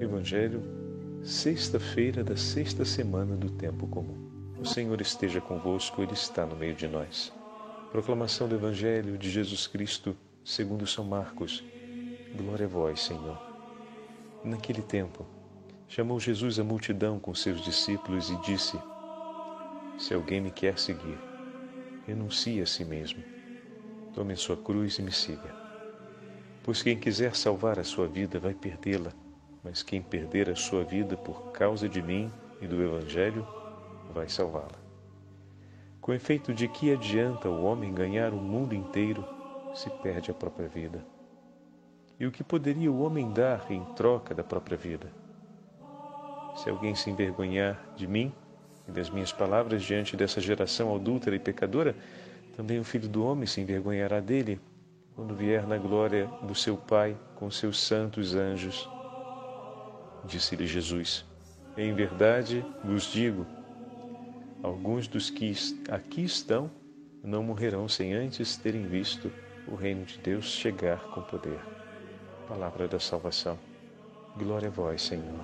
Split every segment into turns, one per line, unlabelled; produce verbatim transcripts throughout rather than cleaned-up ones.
Evangelho, sexta-feira da sexta semana do Tempo Comum. O Senhor esteja convosco, Ele está no meio de nós. Proclamação do Evangelho de Jesus Cristo, segundo São Marcos. Glória a vós, Senhor. Naquele tempo, chamou Jesus a multidão com seus discípulos e disse: Se alguém me quer seguir, renuncie a si mesmo. Tome sua cruz e me siga. Pois quem quiser salvar a sua vida vai perdê-la, mas quem perder a sua vida por causa de mim e do Evangelho, vai salvá-la. Com efeito, de que adianta o homem ganhar o mundo inteiro se perde a própria vida? E o que poderia o homem dar em troca da própria vida? Se alguém se envergonhar de mim e das minhas palavras diante dessa geração adúltera e pecadora, também o Filho do Homem se envergonhará dele, quando vier na glória do seu Pai com seus santos anjos. Disse-lhe Jesus: Em verdade vos digo, alguns dos que aqui estão não morrerão sem antes terem visto o reino de Deus chegar com poder. Palavra da salvação. Glória a vós, Senhor.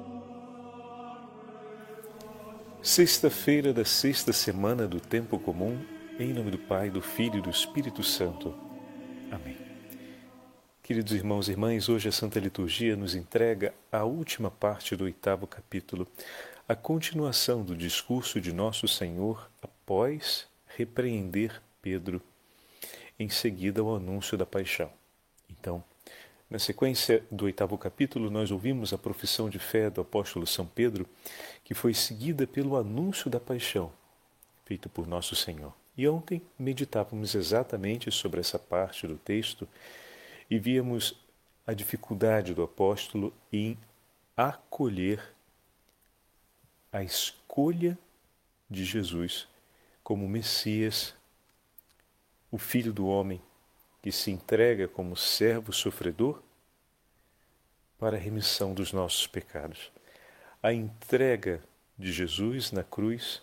Sexta-feira da sexta semana do Tempo Comum, em nome do Pai, do Filho e do Espírito Santo. Amém. Queridos irmãos e irmãs, hoje a Santa Liturgia nos entrega a última parte do oitavo capítulo, a continuação do discurso de Nosso Senhor após repreender Pedro, em seguida ao anúncio da paixão. Então, na sequência do oitavo capítulo, nós ouvimos a profissão de fé do apóstolo São Pedro, que foi seguida pelo anúncio da paixão, feito por Nosso Senhor. E ontem meditávamos exatamente sobre essa parte do texto e víamos a dificuldade do apóstolo em acolher a escolha de Jesus como Messias, o Filho do Homem, que se entrega como servo sofredor para a remissão dos nossos pecados. A entrega de Jesus na cruz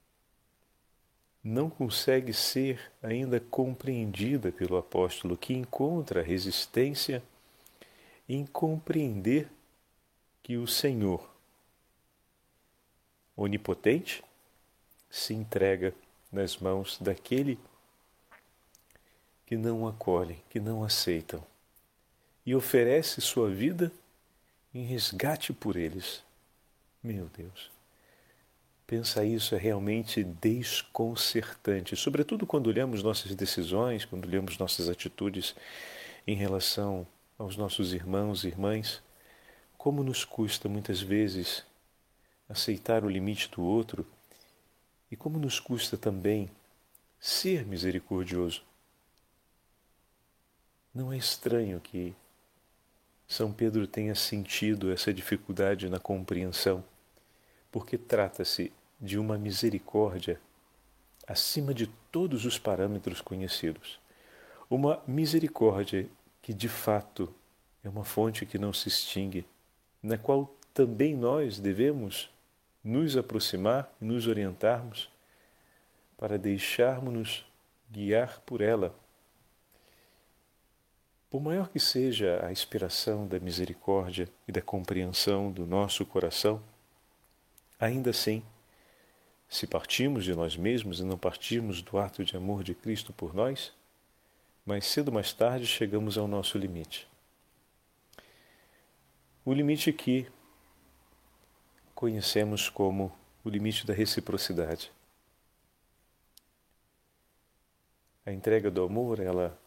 não consegue ser ainda compreendida pelo apóstolo, que encontra resistência em compreender que o Senhor, onipotente, se entrega nas mãos daquele que não o acolhem, que não aceitam, e oferece sua vida em resgate por eles. Meu Deus! Pensar isso é realmente desconcertante, sobretudo quando olhamos nossas decisões, quando olhamos nossas atitudes em relação aos nossos irmãos e irmãs, como nos custa muitas vezes aceitar o limite do outro e como nos custa também ser misericordioso. Não é estranho que São Pedro tenha sentido essa dificuldade na compreensão, porque trata-se de uma misericórdia acima de todos os parâmetros conhecidos. Uma misericórdia que, de fato, é uma fonte que não se extingue, na qual também nós devemos nos aproximar e nos orientarmos para deixarmos-nos guiar por ela. Por maior que seja a inspiração da misericórdia e da compreensão do nosso coração, ainda assim, se partimos de nós mesmos e não partimos do ato de amor de Cristo por nós, mais cedo ou mais tarde chegamos ao nosso limite. O limite que conhecemos como o limite da reciprocidade. A entrega do amor, ela,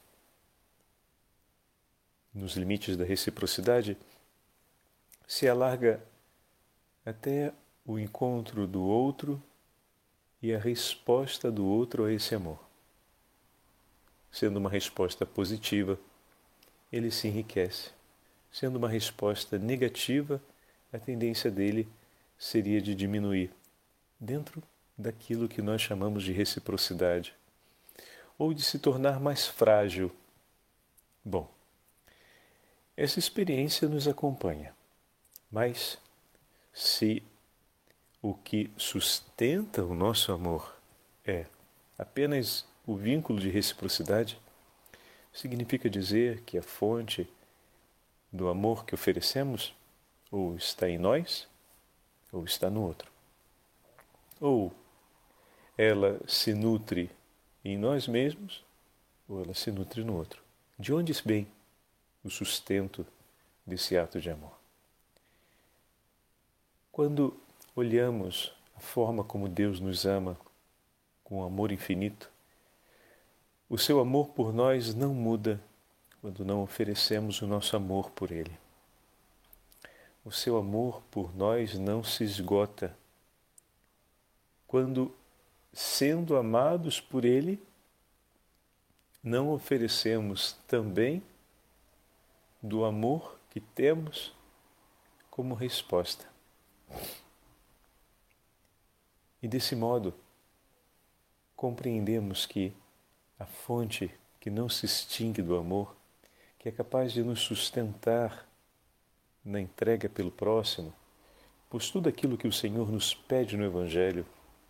nos limites da reciprocidade, se alarga até o encontro do outro e a resposta do outro a esse amor. Sendo uma resposta positiva, ele se enriquece. Sendo uma resposta negativa, a tendência dele seria de diminuir, dentro daquilo que nós chamamos de reciprocidade, ou de se tornar mais frágil. Bom, essa experiência nos acompanha, mas se o que sustenta o nosso amor é apenas o vínculo de reciprocidade, significa dizer que a fonte do amor que oferecemos ou está em nós, ou está no outro. Ou ela se nutre em nós mesmos, ou ela se nutre no outro. De onde vem o sustento desse ato de amor? Quando olhamos a forma como Deus nos ama, com amor infinito, o seu amor por nós não muda quando não oferecemos o nosso amor por Ele. O seu amor por nós não se esgota quando, sendo amados por Ele, não oferecemos também do amor que temos como resposta. E desse modo, compreendemos que a fonte que não se extingue do amor, que é capaz de nos sustentar na entrega pelo próximo, pois tudo aquilo que o Senhor nos pede no Evangelho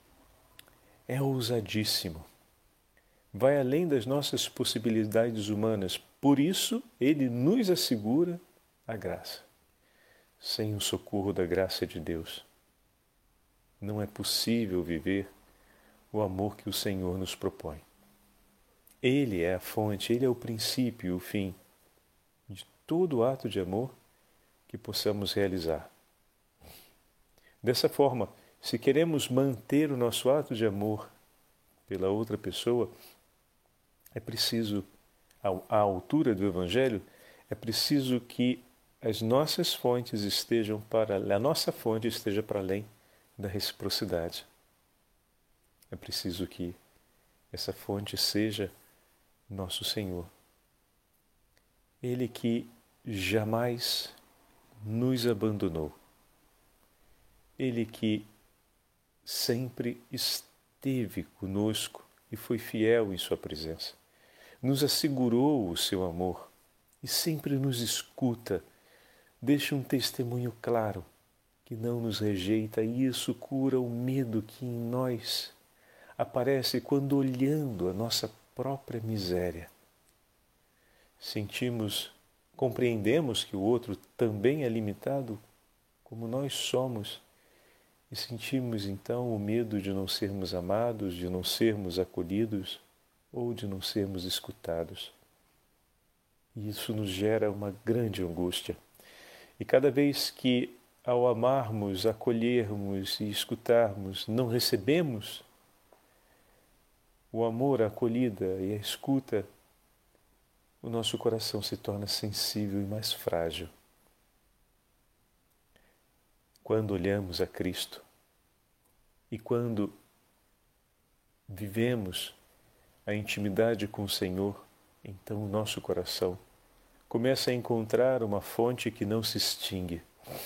é ousadíssimo. Vai além das nossas possibilidades humanas. Por isso, Ele nos assegura a graça. Sem o socorro da graça de Deus, não é possível viver o amor que o Senhor nos propõe. Ele é a fonte, Ele é o princípio e o fim de todo ato de amor que possamos realizar. Dessa forma, se queremos manter o nosso ato de amor pela outra pessoa, é preciso, à altura do Evangelho, é preciso que as nossas fontes estejam para, a nossa fonte esteja para além da reciprocidade. É preciso que essa fonte seja nosso Senhor. Ele que jamais nos abandonou. Ele que sempre esteve conosco e foi fiel em sua presença. Nos assegurou o seu amor e sempre nos escuta. Deixa um testemunho claro que não nos rejeita, e isso cura o medo que em nós aparece quando, olhando a nossa própria miséria, sentimos, compreendemos que o outro também é limitado como nós somos e sentimos então o medo de não sermos amados, de não sermos acolhidos ou de não sermos escutados. E isso nos gera uma grande angústia. E cada vez que, ao amarmos, acolhermos e escutarmos, não recebemos o amor, a acolhida e a escuta, o nosso coração se torna sensível e mais frágil. Quando olhamos a Cristo e quando vivemos a intimidade com o Senhor, então o nosso coração começa a encontrar uma fonte que não se extingue.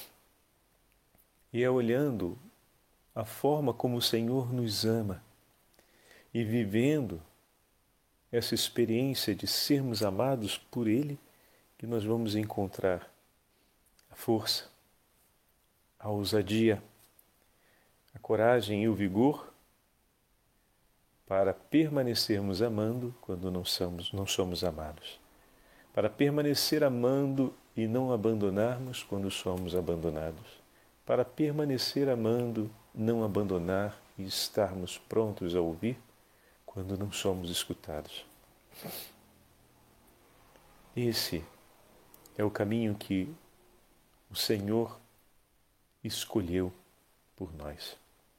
E é olhando a forma como o Senhor nos ama e vivendo essa experiência de sermos amados por Ele que nós vamos encontrar a força, a ousadia, a coragem e o vigor para permanecermos amando quando não somos, não somos amados. Para permanecer amando e não abandonarmos quando somos abandonados. Para permanecer amando, não abandonar e estarmos prontos a ouvir quando não somos escutados. Esse é o caminho que o Senhor escolheu por nós.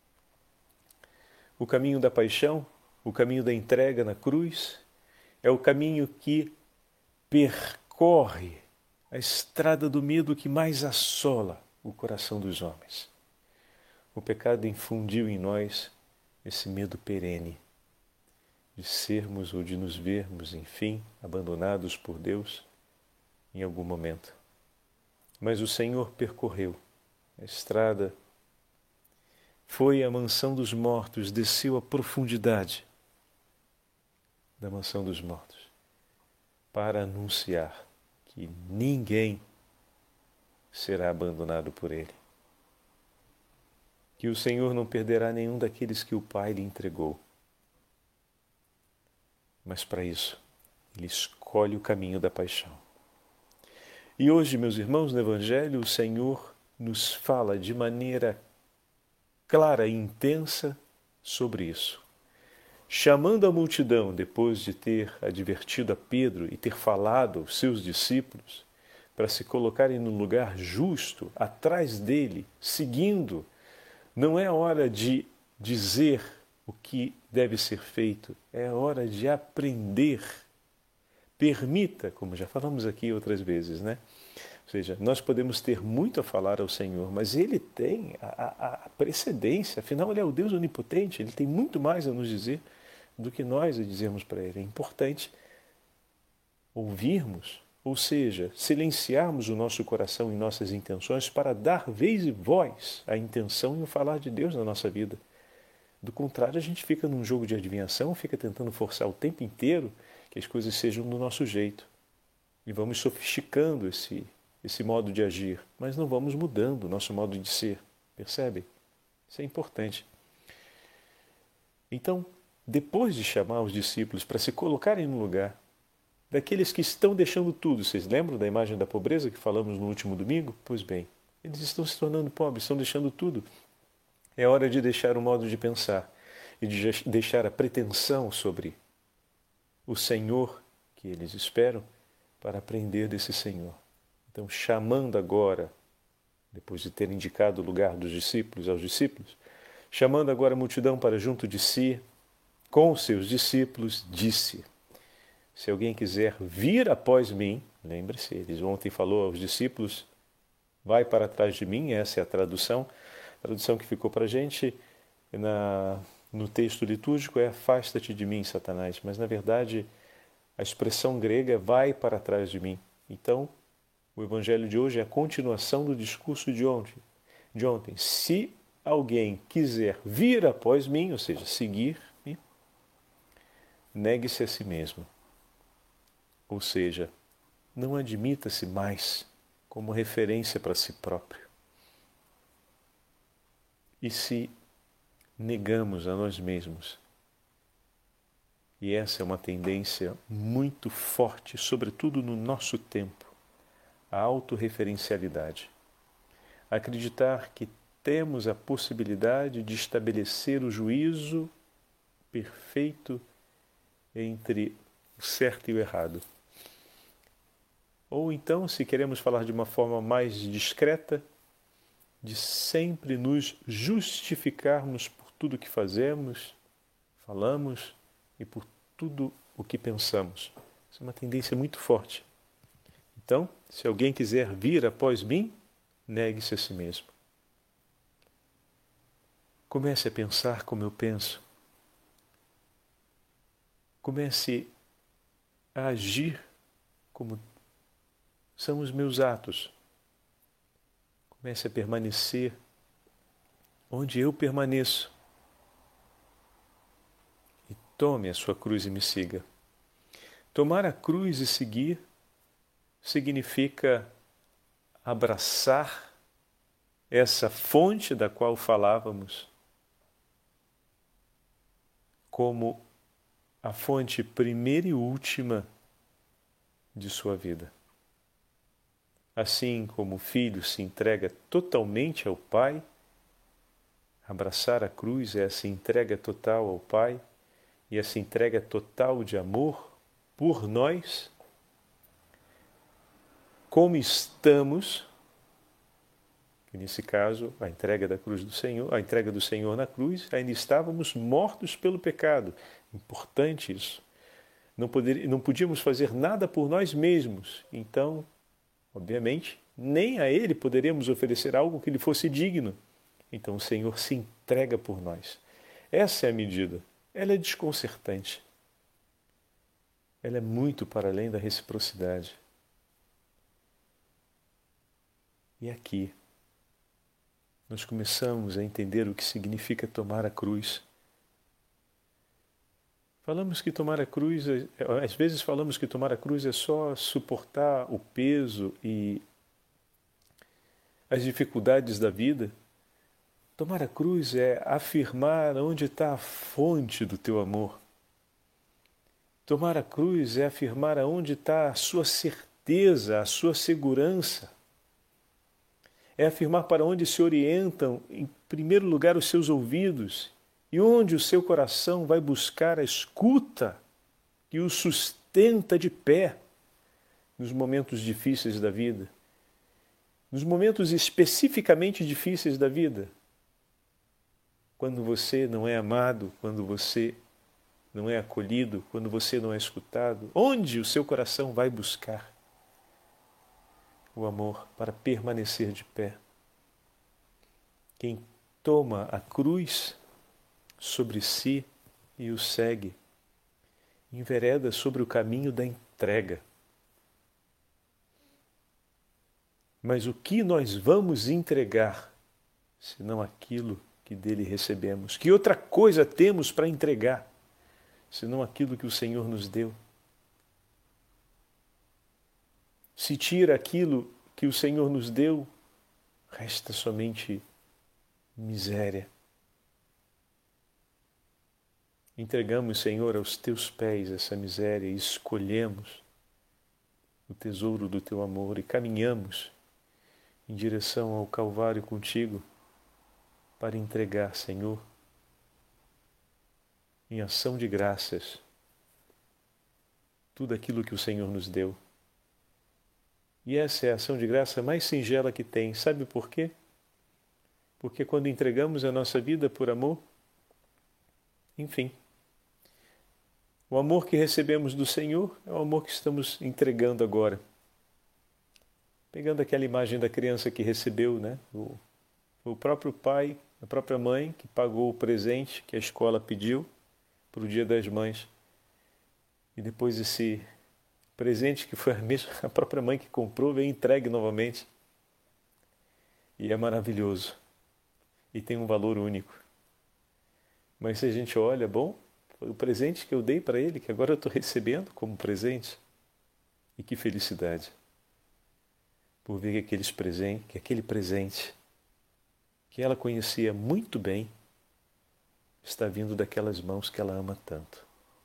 O caminho da paixão, o caminho da entrega na cruz, é o caminho que percorre a estrada do medo que mais assola o coração dos homens. O pecado infundiu em nós esse medo perene de sermos ou de nos vermos, enfim, abandonados por Deus em algum momento. Mas o Senhor percorreu a estrada, foi à mansão dos mortos, desceu à profundidade da mansão dos mortos para anunciar que ninguém será abandonado por Ele. Que o Senhor não perderá nenhum daqueles que o Pai lhe entregou. Mas para isso, Ele escolhe o caminho da paixão. E hoje, meus irmãos, no Evangelho, o Senhor nos fala de maneira clara e intensa sobre isso. Chamando a multidão, depois de ter advertido a Pedro e ter falado aos seus discípulos, para se colocarem no lugar justo, atrás dele, seguindo, não é hora de dizer o que deve ser feito, é hora de aprender. Permita, como já falamos aqui outras vezes, né? Ou seja, nós podemos ter muito a falar ao Senhor, mas Ele tem a, a precedência, afinal Ele é o Deus onipotente, Ele tem muito mais a nos dizer do que nós a dizermos para Ele. É importante ouvirmos, ou seja, silenciarmos o nosso coração e nossas intenções para dar vez e voz à intenção e ao falar de Deus na nossa vida. Do contrário, a gente fica num jogo de adivinhação, fica tentando forçar o tempo inteiro que as coisas sejam do nosso jeito. E vamos sofisticando esse, esse modo de agir, mas não vamos mudando o nosso modo de ser. Percebem? Isso é importante. Então, depois de chamar os discípulos para se colocarem no lugar daqueles que estão deixando tudo, vocês lembram da imagem da pobreza que falamos no último domingo? Pois bem, eles estão se tornando pobres, estão deixando tudo. É hora de deixar o modo de pensar e de deixar a pretensão sobre o Senhor que eles esperam para aprender desse Senhor. Então, chamando agora, depois de ter indicado o lugar dos discípulos aos discípulos, chamando agora a multidão para junto de si, com os seus discípulos, disse: se alguém quiser vir após mim, lembre-se, eles ontem falou aos discípulos, vai para trás de mim, essa é a tradução, a tradução que ficou para a gente na, no texto litúrgico é afasta-te de mim, Satanás, mas na verdade a expressão grega é vai para trás de mim. Então, o evangelho de hoje é a continuação do discurso de ontem. De ontem. Se alguém quiser vir após mim, ou seja, seguir-me, negue-se a si mesmo. Ou seja, não admita-se mais como referência para si próprio. E se negamos a nós mesmos, e essa é uma tendência muito forte, sobretudo no nosso tempo, a autorreferencialidade. Acreditar que temos a possibilidade de estabelecer o juízo perfeito entre o certo e o errado. Ou então, se queremos falar de uma forma mais discreta, de sempre nos justificarmos por tudo que fazemos, falamos e por tudo o que pensamos. Isso é uma tendência muito forte. Então, se alguém quiser vir após mim, negue-se a si mesmo. Comece a pensar como eu penso. Comece a agir como são os meus atos. Comece a permanecer onde eu permaneço. E tome a sua cruz e me siga. Tomar a cruz e seguir significa abraçar essa fonte da qual falávamos como a fonte primeira e última de sua vida. Assim como o filho se entrega totalmente ao Pai, abraçar a cruz é essa entrega total ao Pai e essa entrega total de amor por nós, como estamos, que nesse caso a entrega da cruz do Senhor, a entrega do Senhor na cruz, ainda estávamos mortos pelo pecado. Importante isso. Não, poder, não podíamos fazer nada por nós mesmos. Então, obviamente, nem a Ele poderíamos oferecer algo que lhe fosse digno. Então o Senhor se entrega por nós. Essa é a medida. Ela é desconcertante. Ela é muito para além da reciprocidade. E aqui, nós começamos a entender o que significa tomar a cruz. Falamos que tomar a cruz, às vezes falamos que tomar a cruz é só suportar o peso e as dificuldades da vida. Tomar a cruz é afirmar onde está a fonte do teu amor. Tomar a cruz é afirmar aonde está a sua certeza, a sua segurança. É afirmar para onde se orientam, em primeiro lugar, os seus ouvidos e onde o seu coração vai buscar a escuta que o sustenta de pé nos momentos difíceis da vida, nos momentos especificamente difíceis da vida, quando você não é amado, quando você não é acolhido, quando você não é escutado, onde o seu coração vai buscar o amor para permanecer de pé? Quem toma a cruz sobre si e o segue, envereda sobre o caminho da entrega. Mas o que nós vamos entregar, senão aquilo que dele recebemos? Que outra coisa temos para entregar, senão aquilo que o Senhor nos deu? Se tira aquilo que o Senhor nos deu, resta somente miséria. Entregamos, Senhor, aos teus pés essa miséria e escolhemos o tesouro do teu amor e caminhamos em direção ao Calvário contigo para entregar, Senhor, em ação de graças, tudo aquilo que o Senhor nos deu. E essa é a ação de graça mais singela que tem. Sabe por quê? Porque quando entregamos a nossa vida por amor, enfim, o amor que recebemos do Senhor é o amor que estamos entregando agora. Pegando aquela imagem da criança que recebeu, né? O, o próprio pai, a própria mãe que pagou o presente que a escola pediu para o Dia das Mães. E depois esse presente que foi a, mesma, a própria mãe que comprou veio entregue novamente. E é maravilhoso. E tem um valor único. Mas se a gente olha, bom, foi o presente que eu dei para ele, que agora eu estou recebendo como presente. E que felicidade. Por ver que, aqueles presente, que aquele presente que ela conhecia muito bem está vindo daquelas mãos que ela ama tanto.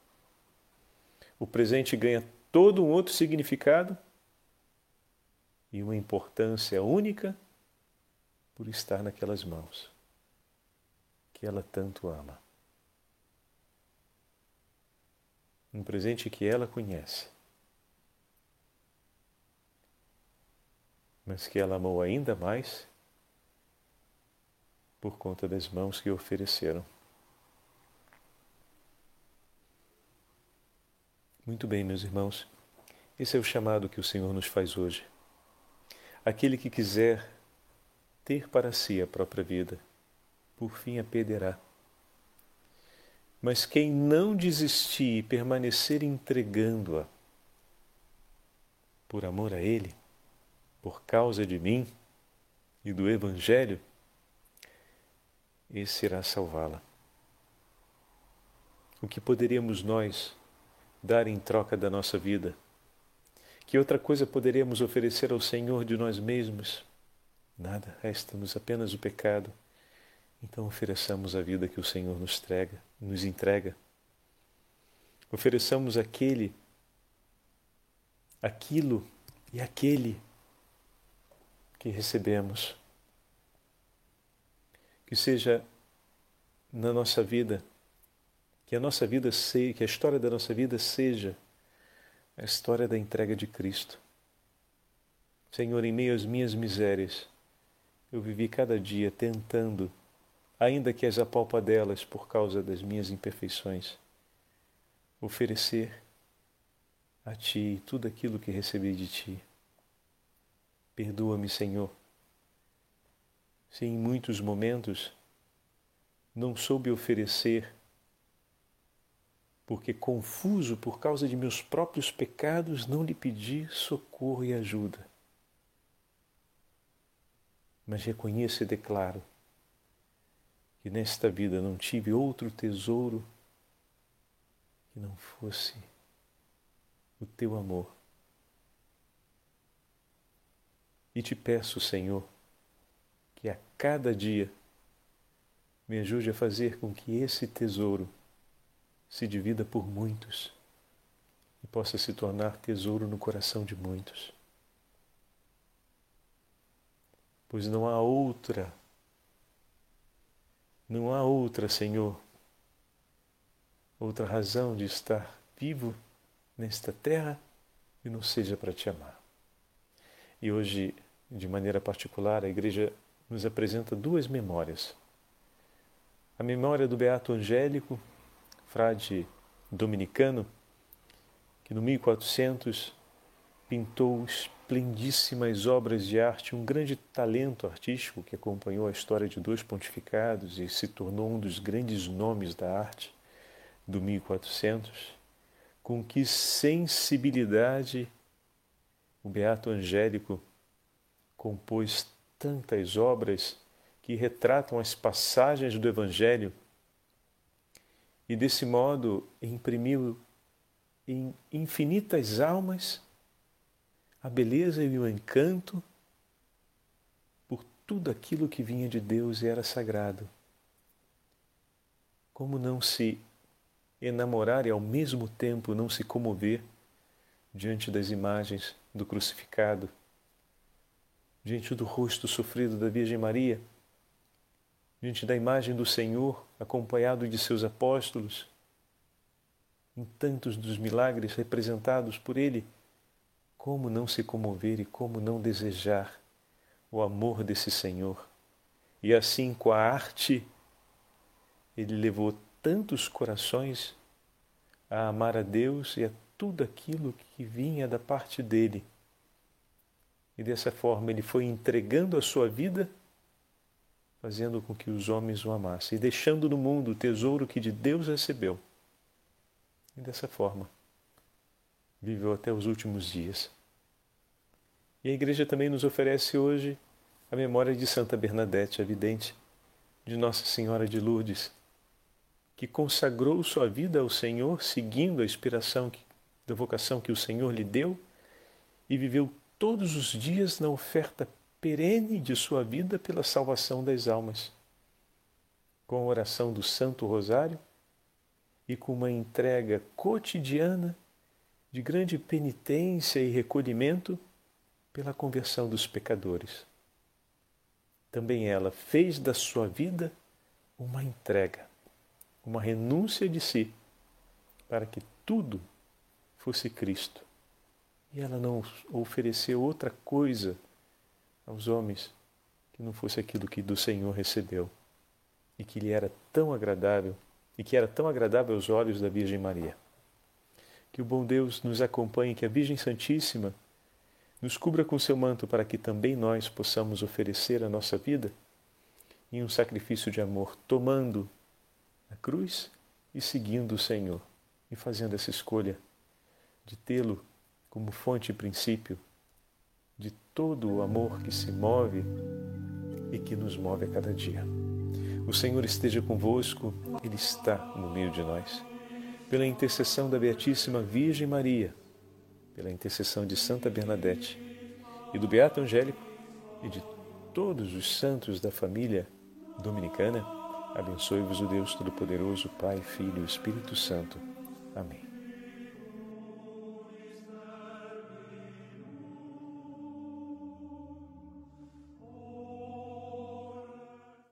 O presente ganha todo um outro significado e uma importância única por estar naquelas mãos que ela tanto ama. Um presente que ela conhece, mas que ela amou ainda mais por conta das mãos que ofereceram. Muito bem, meus irmãos, esse é o chamado que o Senhor nos faz hoje. Aquele que quiser ter para si a própria vida, por fim a perderá. Mas quem não desistir e permanecer entregando-a por amor a Ele, por causa de mim e do Evangelho, esse irá salvá-la. O que poderíamos nós dar em troca da nossa vida? Que outra coisa poderíamos oferecer ao Senhor de nós mesmos? Nada, resta-nos apenas o pecado. Então ofereçamos a vida que o Senhor nos entrega, nos entrega. Ofereçamos aquele, aquilo e aquele que recebemos. Que seja na nossa vida, que a nossa vida seja, que a história da nossa vida seja a história da entrega de Cristo. Senhor, em meio às minhas misérias, eu vivi cada dia tentando, ainda que as apalpadelas por causa das minhas imperfeições, oferecer a Ti tudo aquilo que recebi de Ti. Perdoa-me, Senhor, se em muitos momentos não soube oferecer, porque confuso por causa de meus próprios pecados, não lhe pedi socorro e ajuda. Mas reconheço e declaro que nesta vida não tive outro tesouro que não fosse o Teu amor. E te peço, Senhor, que a cada dia me ajude a fazer com que esse tesouro se divida por muitos e possa se tornar tesouro no coração de muitos. pois não há outra, não há outra, Senhor, outra razão de estar vivo nesta terra que não seja para te amar. E hoje, de maneira particular, a Igreja nos apresenta duas memórias. A memória do Beato Angélico, frade dominicano, que no mil e quatrocentos pintou esplendíssimas obras de arte, um grande talento artístico que acompanhou a história de dois pontificados e se tornou um dos grandes nomes da arte do mil e quatrocentos. Com que sensibilidade o Beato Angélico compôs tantas obras que retratam as passagens do Evangelho e, desse modo, imprimiu em infinitas almas a beleza e o encanto por tudo aquilo que vinha de Deus e era sagrado. Como não se enamorar e ao mesmo tempo não se comover diante das imagens do crucificado, diante do rosto sofrido da Virgem Maria, diante da imagem do Senhor acompanhado de seus apóstolos, em tantos dos milagres representados por Ele. Como não se comover e como não desejar o amor desse Senhor? E assim, com a arte, Ele levou tantos corações a amar a Deus e a tudo aquilo que vinha da parte dEle. E dessa forma Ele foi entregando a sua vida, fazendo com que os homens o amassem, e deixando no mundo o tesouro que de Deus recebeu. E dessa forma, viveu até os últimos dias. E a Igreja também nos oferece hoje a memória de Santa Bernadette, a vidente, de Nossa Senhora de Lourdes, que consagrou sua vida ao Senhor, seguindo a inspiração da vocação que o Senhor lhe deu, e viveu todos os dias na oferta perene de sua vida pela salvação das almas, com a oração do Santo Rosário e com uma entrega cotidiana de grande penitência e recolhimento pela conversão dos pecadores. Também ela fez da sua vida uma entrega, uma renúncia de si, para que tudo fosse Cristo. E ela não ofereceu outra coisa aos homens que não fosse aquilo que do Senhor recebeu e que lhe era tão agradável e que era tão agradável aos olhos da Virgem Maria. Que o bom Deus nos acompanhe, que a Virgem Santíssima nos cubra com seu manto para que também nós possamos oferecer a nossa vida em um sacrifício de amor, tomando a cruz e seguindo o Senhor e fazendo essa escolha de tê-lo como fonte e princípio de todo o amor que se move e que nos move a cada dia. O Senhor esteja convosco, Ele está no meio de nós. Pela intercessão da Beatíssima Virgem Maria, pela intercessão de Santa Bernadette e do Beato Angélico e de todos os santos da família dominicana, abençoe-vos o Deus Todo-Poderoso, Pai, Filho e Espírito Santo. Amém.